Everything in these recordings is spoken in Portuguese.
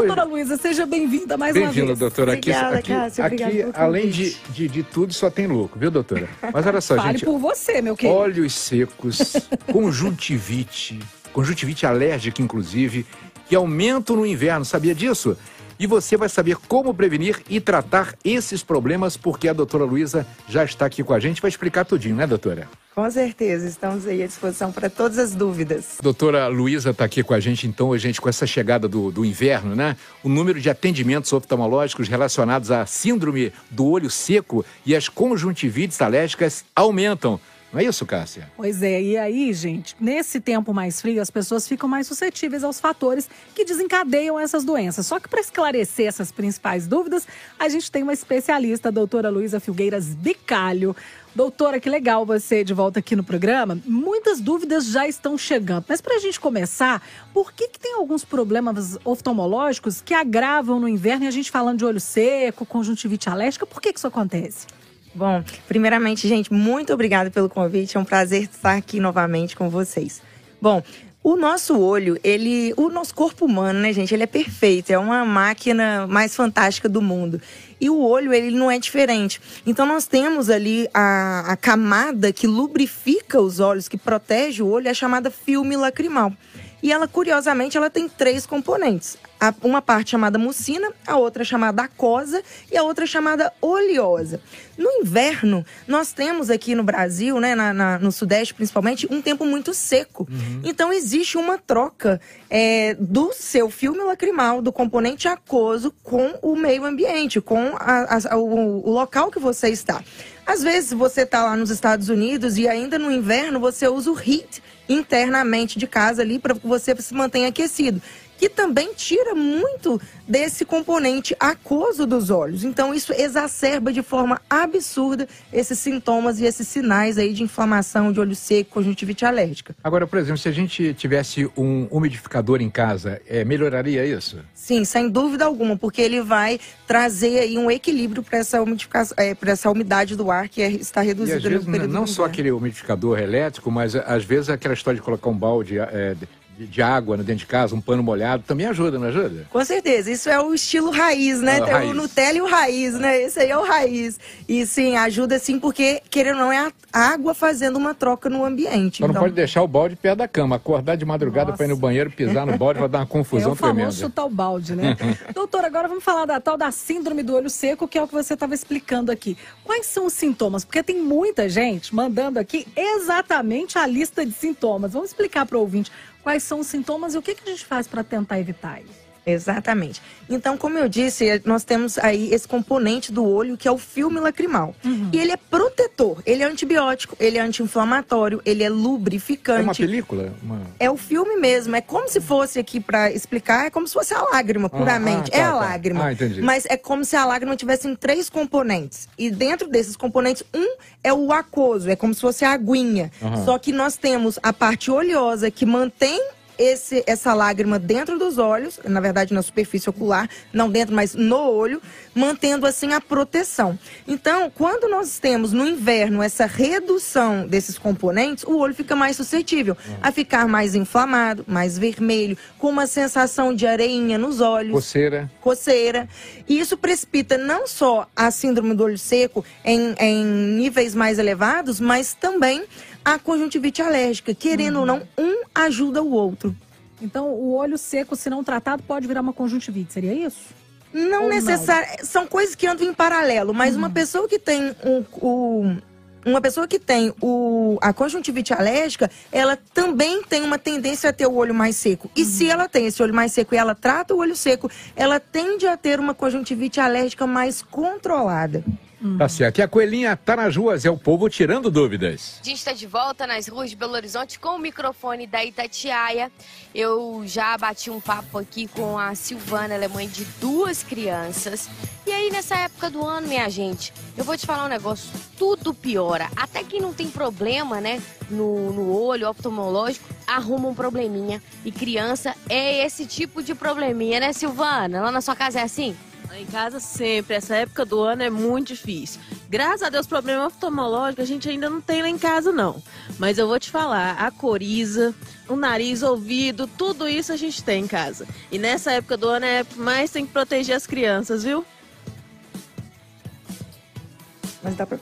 Doutora Luísa, seja bem-vinda mais uma vez. Bem-vinda, doutora. Obrigada, aqui além de tudo, só tem louco, viu, doutora? Mas olha só, Fale gente. por você, meu querido. Olhos secos, conjuntivite alérgica, inclusive, que aumentam no inverno, sabia disso? E você vai saber como prevenir e tratar esses problemas, porque a doutora Luísa já está aqui com a gente, vai explicar tudinho, né, doutora? Com certeza, estamos aí à disposição para todas as dúvidas. Doutora Luísa está aqui com a gente, então, com essa chegada do inverno, né? O número de atendimentos oftalmológicos relacionados à síndrome do olho seco e as conjuntivites alérgicas aumentam. Não é isso, Cássia? Pois é, e aí, gente, nesse tempo mais frio, as pessoas ficam mais suscetíveis aos fatores que desencadeiam essas doenças. Só que para esclarecer essas principais dúvidas, a gente tem uma especialista, a doutora Luísa Filgueiras Bicalho. Doutora, que legal você de volta aqui no programa. Muitas dúvidas já estão chegando, mas para a gente começar, por que tem alguns problemas oftalmológicos que agravam no inverno e a gente falando de olho seco, conjuntivite alérgica, por que isso acontece? Bom, primeiramente, gente, muito obrigada pelo convite. É um prazer estar aqui novamente com vocês. Bom, o nosso olho, o nosso corpo humano, né, gente, ele é perfeito. É uma máquina mais fantástica do mundo. E o olho, ele não é diferente. Então, nós temos ali a camada que lubrifica os olhos, que protege o olho, é chamada filme lacrimal. E ela, curiosamente, ela tem 3 componentes. Uma parte chamada mucina, a outra chamada aquosa e a outra chamada oleosa. No inverno, nós temos aqui no Brasil, né, no Sudeste principalmente, um tempo muito seco. Então, existe uma troca do seu filme lacrimal, do componente aquoso, com o meio ambiente, com o local que você está. Às vezes, você está lá nos Estados Unidos e ainda no inverno você usa o heat internamente de casa ali para que você se mantenha aquecido, que também tira muito desse componente aquoso dos olhos. Então, isso exacerba de forma absurda esses sintomas e esses sinais aí de inflamação de olho seco, conjuntivite alérgica. Agora, por exemplo, se a gente tivesse um umidificador em casa, melhoraria isso? Sim, sem dúvida alguma, porque ele vai trazer aí um equilíbrio para essa umidificação, para essa umidade do ar que está reduzida. E às vezes, no período não só aquele umidificador elétrico, mas às vezes aquela história de colocar um balde de água dentro de casa, um pano molhado, também ajuda, não ajuda? Com certeza, isso é o estilo raiz, né? Tem o Nutella e o raiz, né? Esse aí é o raiz. E sim, ajuda sim, porque, querendo ou não, é a água fazendo uma troca no ambiente. Então, não pode deixar o balde perto da cama, acordar de madrugada para ir no banheiro, pisar no balde, vai dar uma confusão tremenda. É o famoso chutar o balde, né? Doutora, agora vamos falar da tal da síndrome do olho seco, que é o que você estava explicando aqui. Quais são os sintomas? Porque tem muita gente mandando aqui exatamente a lista de sintomas. Vamos explicar para o ouvinte quais são os sintomas e o que a gente faz para tentar evitar isso. Exatamente. Então, como eu disse, nós temos aí esse componente do olho que é o filme lacrimal. E ele é protetor, ele é antibiótico, ele é anti-inflamatório, ele é lubrificante. É uma película? É o filme mesmo, é como se fosse aqui, para explicar, é como se fosse a lágrima, puramente. É a lágrima. Entendi. Mas é como se a lágrima tivesse 3 componentes. E dentro desses componentes, um é o aquoso, é como se fosse a aguinha. Só que nós temos a parte oleosa que mantém essa lágrima dentro dos olhos, na verdade na superfície ocular, não dentro, mas no olho, mantendo assim a proteção. Então, quando nós temos no inverno essa redução desses componentes, o olho fica mais suscetível a ficar mais inflamado, mais vermelho, com uma sensação de areinha nos olhos. Coceira. E isso precipita não só a síndrome do olho seco em níveis mais elevados, mas também a conjuntivite alérgica. Querendo ou não, um ajuda o outro. Então, o olho seco, se não tratado, pode virar uma conjuntivite, seria isso? Não necessariamente. São coisas que andam em paralelo, mas uma pessoa que tem a conjuntivite alérgica, ela também tem uma tendência a ter o olho mais seco. E se ela tem esse olho mais seco e ela trata o olho seco, ela tende a ter uma conjuntivite alérgica mais controlada. Tá certo. E a coelhinha tá nas ruas, é o povo tirando dúvidas. A gente está de volta nas ruas de Belo Horizonte com o microfone da Itatiaia. Eu já bati um papo aqui com a Silvana, ela é mãe de 2 crianças. E aí, nessa época do ano, minha gente, eu vou te falar um negócio, tudo piora. Até quem não tem problema, né, no olho oftalmológico, arruma um probleminha. E criança é esse tipo de probleminha, né, Silvana? Lá na sua casa é assim? Em casa sempre, essa época do ano é muito difícil. Graças a Deus, problema oftalmológico a gente ainda não tem lá em casa, não. Mas eu vou te falar, a coriza, o nariz, o ouvido, tudo isso a gente tem em casa. E nessa época do ano é a época que mais tem que proteger as crianças, viu? Mas dá pra...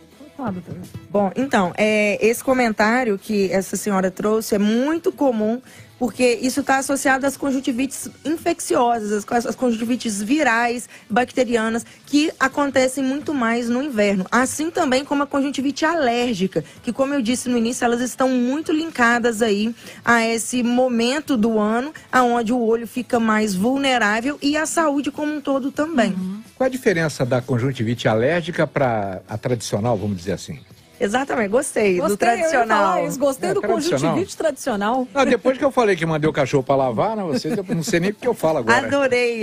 Bom, então, esse comentário que essa senhora trouxe é muito comum, porque isso está associado às conjuntivites infecciosas, às conjuntivites virais, bacterianas, que acontecem muito mais no inverno. Assim também como a conjuntivite alérgica, que, como eu disse no início, elas estão muito linkadas aí a esse momento do ano, onde o olho fica mais vulnerável e a saúde como um todo também. Qual a diferença da conjuntivite alérgica para a tradicional, vamos dizer assim? Exatamente, gostei do tradicional. Gostei do conjuntivite tradicional. Não, depois que eu falei que mandei o cachorro para lavar, não sei nem porque eu falo agora. Adorei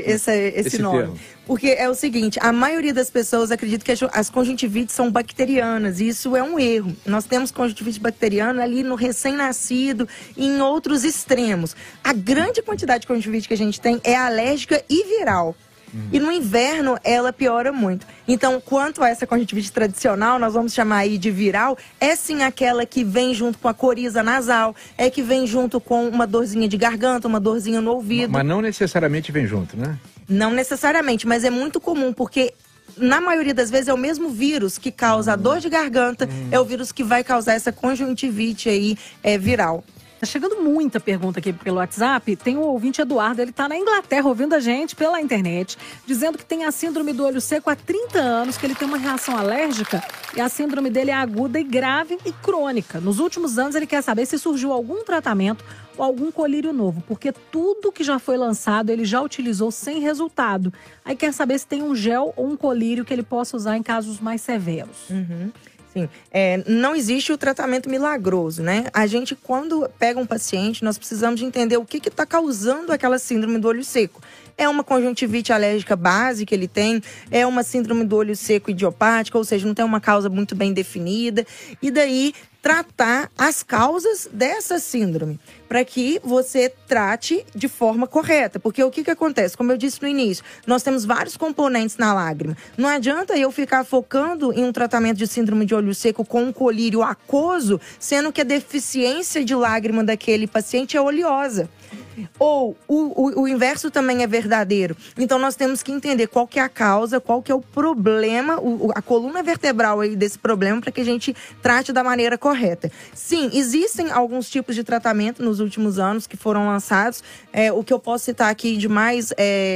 esse nome. Termo. Porque é o seguinte, a maioria das pessoas acredita que as conjuntivites são bacterianas, e isso é um erro. Nós temos conjuntivite bacteriana ali no recém-nascido e em outros extremos. A grande quantidade de conjuntivite que a gente tem é alérgica e viral. E no inverno ela piora muito. Então, quanto a essa conjuntivite tradicional, nós vamos chamar aí de viral, é sim aquela que vem junto com a coriza nasal, é que vem junto com uma dorzinha de garganta, uma dorzinha no ouvido. Mas não necessariamente vem junto, né? Não necessariamente, mas é muito comum, porque na maioria das vezes é o mesmo vírus que causa a dor de garganta, é o vírus que vai causar essa conjuntivite aí viral. Tá chegando muita pergunta aqui pelo WhatsApp. Tem o ouvinte Eduardo, ele tá na Inglaterra ouvindo a gente pela internet, dizendo que tem a síndrome do olho seco há 30 anos, que ele tem uma reação alérgica e a síndrome dele é aguda e grave e crônica. Nos últimos anos ele quer saber se surgiu algum tratamento ou algum colírio novo, porque tudo que já foi lançado ele já utilizou sem resultado. Aí quer saber se tem um gel ou um colírio que ele possa usar em casos mais severos. Sim, não existe o tratamento milagroso, né? A gente, quando pega um paciente, nós precisamos de entender o que está causando aquela síndrome do olho seco. É uma conjuntivite alérgica base que ele tem, é uma síndrome do olho seco idiopática, ou seja, não tem uma causa muito bem definida. E daí, tratar as causas dessa síndrome, para que você trate de forma correta. Porque o que acontece? Como eu disse no início, nós temos vários componentes na lágrima. Não adianta eu ficar focando em um tratamento de síndrome de olho seco com um colírio aquoso, sendo que a deficiência de lágrima daquele paciente é oleosa. Ou o inverso também é verdadeiro. Então nós temos que entender qual que é a causa, qual que é o problema, a coluna vertebral aí desse problema, para que a gente trate da maneira correta. Sim, existem alguns tipos de tratamento nos últimos anos que foram lançados. O que eu posso citar aqui de mais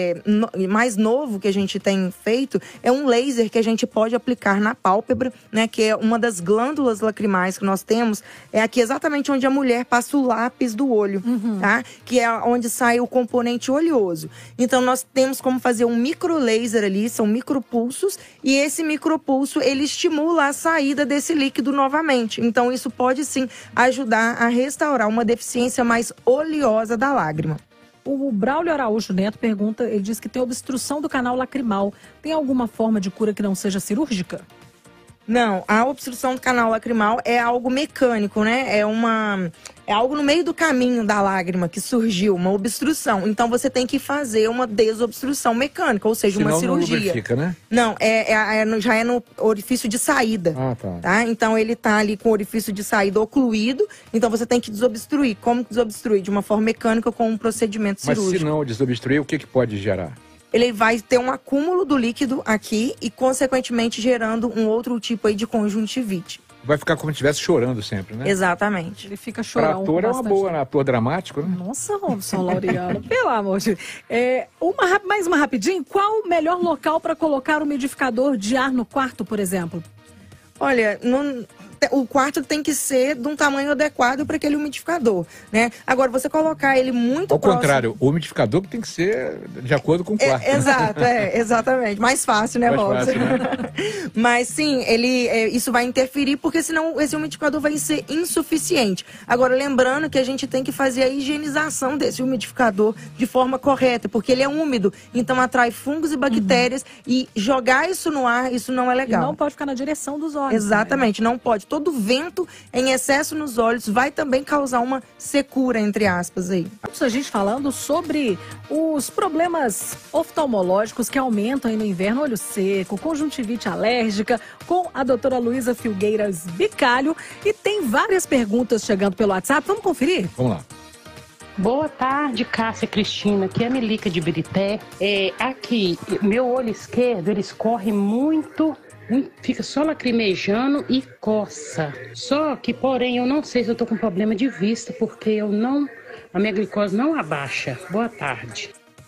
novo que a gente tem feito é um laser que a gente pode aplicar na pálpebra, né, que é uma das glândulas lacrimais que nós temos, é aqui exatamente onde a mulher passa o lápis do olho, tá? Que é onde sai o componente oleoso. Então nós temos como fazer um micro laser ali, são micropulsos, e esse micropulso ele estimula a saída desse líquido novamente. Então isso pode sim ajudar a restaurar uma deficiência mais oleosa da lágrima. O Braulio Araújo Neto pergunta, ele diz que tem obstrução do canal lacrimal. Tem alguma forma de cura que não seja cirúrgica? Não, a obstrução do canal lacrimal é algo mecânico, né? É algo no meio do caminho da lágrima que surgiu, uma obstrução. Então você tem que fazer uma desobstrução mecânica, ou seja, uma cirurgia. Não lubrifica, né? Não, já é no orifício de saída. Tá? Então ele tá ali com o orifício de saída ocluído, então você tem que desobstruir. Como desobstruir? De uma forma mecânica com um procedimento cirúrgico. Mas se não desobstruir, o que pode gerar? Ele vai ter um acúmulo do líquido aqui e, consequentemente, gerando um outro tipo aí de conjuntivite. Vai ficar como se estivesse chorando sempre, né? Exatamente. Ele fica chorando. Para ator é uma boa, né? Ator dramático, né? Nossa, Robson Laureano, pelo amor de Deus. Mais uma rapidinho. Qual o melhor local para colocar o umidificador de ar no quarto, por exemplo? Olha, o quarto tem que ser de um tamanho adequado para aquele umidificador, né? Agora, você colocar ele muito próximo... Ao contrário, o umidificador tem que ser de acordo com o quarto. Exato, exatamente. Mais fácil, né, Robson? Né? Mas sim, isso vai interferir, porque senão esse umidificador vai ser insuficiente. Agora, lembrando que a gente tem que fazer a higienização desse umidificador de forma correta, porque ele é úmido, então atrai fungos e bactérias, e jogar isso no ar, isso não é legal. E não pode ficar na direção dos olhos. Exatamente, também. Não pode. todo vento em excesso nos olhos vai também causar uma secura, entre aspas, aí. A gente falando sobre os problemas oftalmológicos que aumentam aí no inverno, olho seco, conjuntivite alérgica, com a doutora Luísa Filgueiras Bicalho. E tem várias perguntas chegando pelo WhatsApp. Vamos conferir? Vamos lá. Boa tarde, Cássia Cristina, aqui é a Melica de Birité. Aqui, meu olho esquerdo, ele escorre muito, fica só lacrimejando e coça. Só que, porém, eu não sei se eu tô com problema de vista, porque a minha glicose não abaixa. Boa tarde.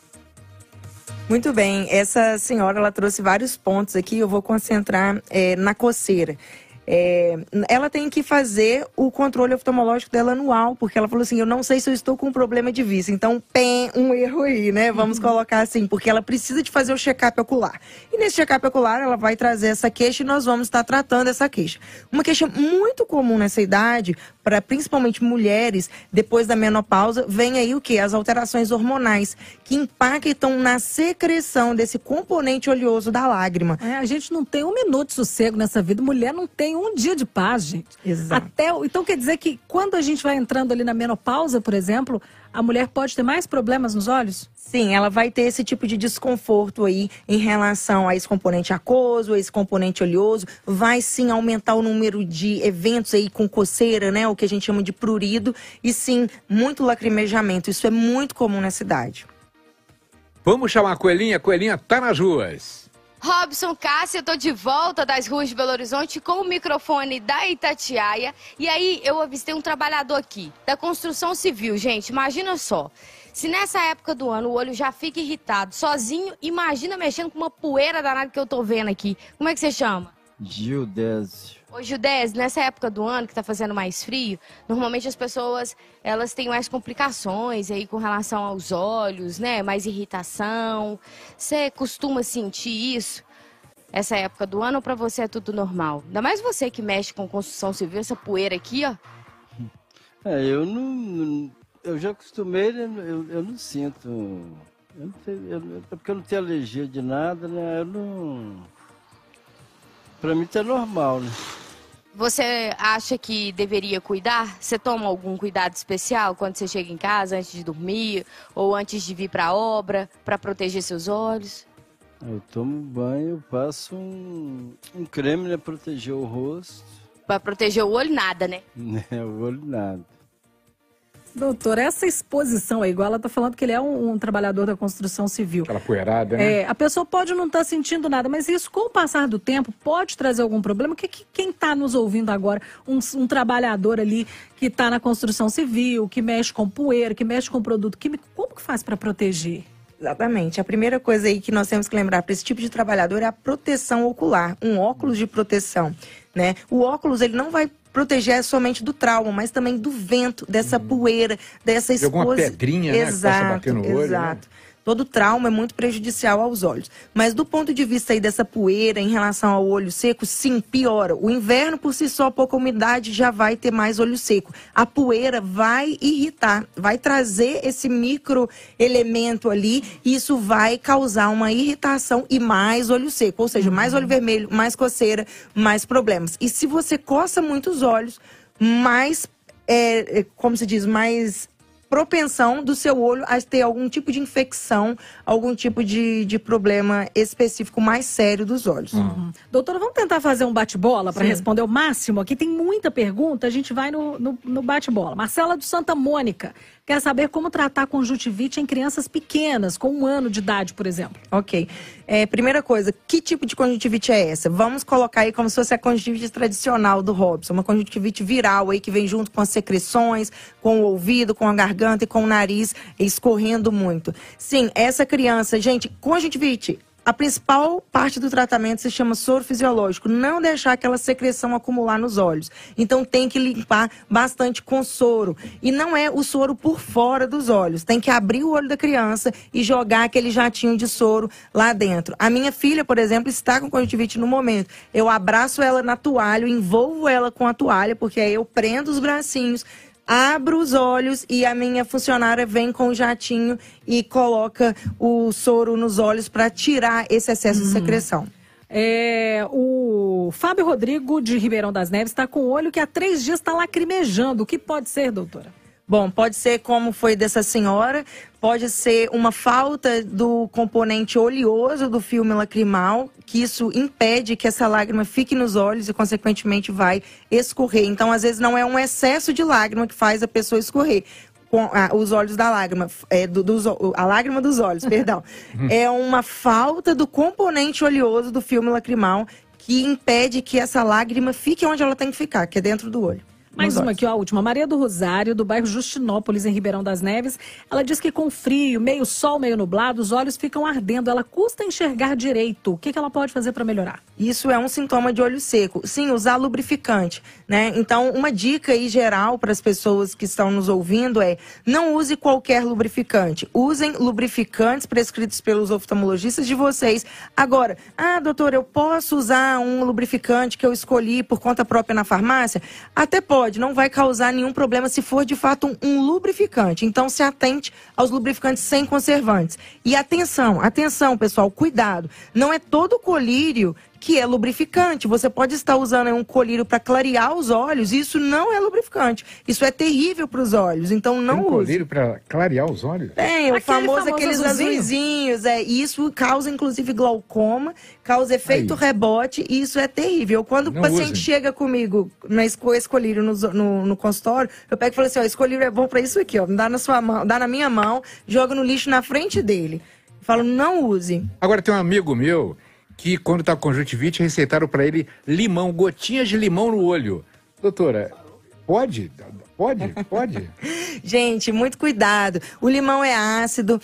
Muito bem, essa senhora, ela trouxe vários pontos aqui, eu vou concentrar na coceira. Ela tem que fazer o controle oftalmológico dela anual, porque ela falou assim, eu não sei se eu estou com um problema de vista, então um erro aí, né? Vamos colocar assim, porque ela precisa de fazer o check-up ocular. E nesse check-up ocular, ela vai trazer essa queixa e nós vamos estar tratando essa queixa. Uma queixa muito comum nessa idade, para principalmente mulheres, depois da menopausa, vem aí o quê? As alterações hormonais, que impactam na secreção desse componente oleoso da lágrima. A gente não tem um minuto de sossego nessa vida, mulher não tem um dia de paz, gente. Exato. Então quer dizer que quando a gente vai entrando ali na menopausa, por exemplo, a mulher pode ter mais problemas nos olhos? Sim, ela vai ter esse tipo de desconforto aí em relação a esse componente aquoso, a esse componente oleoso. Vai sim aumentar o número de eventos aí com coceira, né? O que a gente chama de prurido. E sim, muito lacrimejamento. Isso é muito comum nessa idade. Vamos chamar a Coelhinha. Coelhinha tá nas ruas. Robson, Cássia, eu tô de volta das ruas de Belo Horizonte com o microfone da Itatiaia. E aí eu avistei um trabalhador aqui, da construção civil, gente. Imagina só, se nessa época do ano o olho já fica irritado, sozinho, imagina mexendo com uma poeira danada que eu tô vendo aqui. Como é que você chama? Gildésio. Ô, Gildésio, nessa época do ano que tá fazendo mais frio, normalmente as pessoas, elas têm mais complicações aí com relação aos olhos, né? Mais irritação. Você costuma sentir isso? Essa época do ano, ou pra você é tudo normal? Ainda mais você que mexe com construção civil, essa poeira aqui, ó. Eu já acostumei, né? Eu não sinto. É porque eu não tenho alergia de nada, né? Pra mim tá normal, né? Você acha que deveria cuidar? Você toma algum cuidado especial quando você chega em casa, antes de dormir, ou antes de vir pra obra, pra proteger seus olhos? Eu tomo banho, eu passo um creme, né? Proteger o rosto. Pra proteger o olho, nada, né? O olho nada. Doutor, essa exposição aí, igual ela tá falando que ele é um trabalhador da construção civil. Aquela poeirada, né? A pessoa pode não estar sentindo nada, mas isso, com o passar do tempo, pode trazer algum problema? Quem está nos ouvindo agora, um trabalhador ali que está na construção civil, que mexe com poeira, que mexe com produto químico, como que faz para proteger? Exatamente. A primeira coisa aí que nós temos que lembrar para esse tipo de trabalhador é a proteção ocular, um óculos de proteção, né? O óculos, ele não vai proteger somente do trauma, mas também do vento, dessa poeira, dessa exposição. Alguma pedrinha, né, que possa bater no olho. Exato. Né? Todo trauma é muito prejudicial aos olhos. Mas do ponto de vista aí dessa poeira em relação ao olho seco, sim, piora. O inverno, por si só, pouca umidade, já vai ter mais olho seco. A poeira vai irritar, vai trazer esse microelemento ali, e isso vai causar uma irritação e mais olho seco. Ou seja, mais olho vermelho, mais coceira, mais problemas. E se você coça muito os olhos, mais, como se diz, mais propensão do seu olho a ter algum tipo de infecção, algum tipo de problema específico mais sério dos olhos. Doutora, vamos tentar fazer um bate-bola para responder o máximo? Aqui tem muita pergunta, a gente vai no bate-bola. Marcela do Santa Mônica quer saber como tratar conjuntivite em crianças pequenas, com 1 ano de idade, por exemplo. Ok. Primeira coisa, que tipo de conjuntivite é essa? Vamos colocar aí como se fosse a conjuntivite tradicional do Robson, uma conjuntivite viral aí que vem junto com as secreções, com o ouvido, com a garganta e com o nariz escorrendo muito. Sim, essa criança, gente, conjuntivite, a principal parte do tratamento se chama soro fisiológico, não deixar aquela secreção acumular nos olhos. Então tem que limpar bastante com soro. E não é o soro por fora dos olhos, tem que abrir o olho da criança e jogar aquele jatinho de soro lá dentro. A minha filha, por exemplo, está com conjuntivite no momento. Eu abraço ela na toalha, envolvo ela com a toalha, porque aí eu prendo os bracinhos, abro os olhos e a minha funcionária vem com o jatinho e coloca o soro nos olhos para tirar esse excesso de secreção. O Fábio Rodrigo, de Ribeirão das Neves, está com o olho que há 3 dias está lacrimejando. O que pode ser, doutora? Bom, pode ser como foi dessa senhora, pode ser uma falta do componente oleoso do filme lacrimal, que isso impede que essa lágrima fique nos olhos e, consequentemente, vai escorrer. Então, às vezes, não é um excesso de lágrima que faz a pessoa escorrer. Com os olhos da lágrima, a lágrima dos olhos, perdão. É uma falta do componente oleoso do filme lacrimal que impede que essa lágrima fique onde ela tem que ficar, que é dentro do olho. Mais uma aqui, ó, a última. Maria do Rosário, do bairro Justinópolis, em Ribeirão das Neves. Ela diz que com frio, meio sol, meio nublado, os olhos ficam ardendo. Ela custa enxergar direito. O que ela pode fazer para melhorar? Isso é um sintoma de olho seco. Sim, usar lubrificante, né? Então, uma dica aí geral para as pessoas que estão nos ouvindo é: não use qualquer lubrificante. Usem lubrificantes prescritos pelos oftalmologistas de vocês. Agora, doutora, eu posso usar um lubrificante que eu escolhi por conta própria na farmácia? Até pode. Não vai causar nenhum problema se for de fato um lubrificante. Então, se atente aos lubrificantes sem conservantes. E atenção, pessoal, cuidado. Não é todo colírio que é lubrificante. Você pode estar usando um colírio para clarear os olhos e isso não é lubrificante. Isso é terrível para os olhos, então não use. Tem colírio para clarear os olhos? Tem, aqueles azulzinhos. Isso causa, inclusive, glaucoma, causa efeito rebote e isso é terrível. Quando o paciente chega comigo com esse colírio no consultório, eu pego e falo assim, esse colírio é bom para isso aqui, ó. Dá na sua mão, dá na minha mão, joga no lixo na frente dele. Eu falo, não use. Agora tem um amigo meu que quando está com conjuntivite receitaram para ele limão, gotinhas de limão no olho. Doutora, pode? Pode? Gente, muito cuidado. O limão é ácido,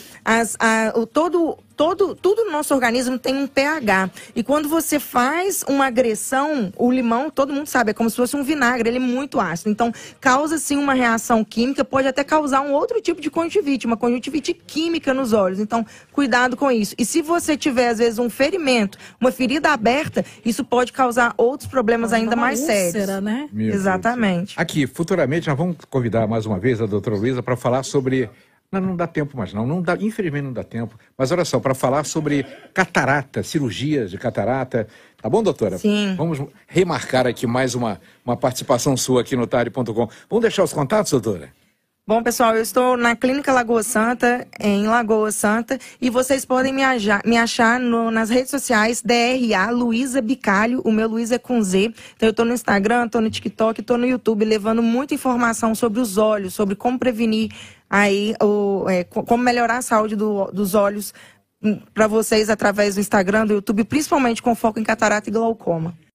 tudo no nosso organismo tem um pH. E quando você faz uma agressão, o limão, todo mundo sabe, é como se fosse um vinagre, ele é muito ácido. Então, causa sim uma reação química, pode até causar um outro tipo de conjuntivite, uma conjuntivite química nos olhos. Então, cuidado com isso. E se você tiver, às vezes, um ferimento, uma ferida aberta, isso pode causar outros problemas ainda mais sérios. Né? Exatamente. Aqui, futuramente, nós vamos convidar mais uma vez a doutora Luísa para falar sobre... Não dá tempo mais não dá, infelizmente não dá tempo. Mas olha só, para falar sobre catarata, cirurgias de catarata. Tá bom, doutora? Sim. Vamos remarcar aqui mais uma participação sua aqui no Tarde.com. Vamos deixar os contatos, doutora? Bom, pessoal, eu estou na Clínica Lagoa Santa, em Lagoa Santa, e vocês podem me achar nas redes sociais, DRA Luísa Bicalho, o meu Luísa é com Z. Então eu estou no Instagram, estou no TikTok, estou no YouTube, levando muita informação sobre os olhos, sobre como prevenir aí, como melhorar a saúde dos olhos para vocês através do Instagram, do YouTube, principalmente com foco em catarata e glaucoma.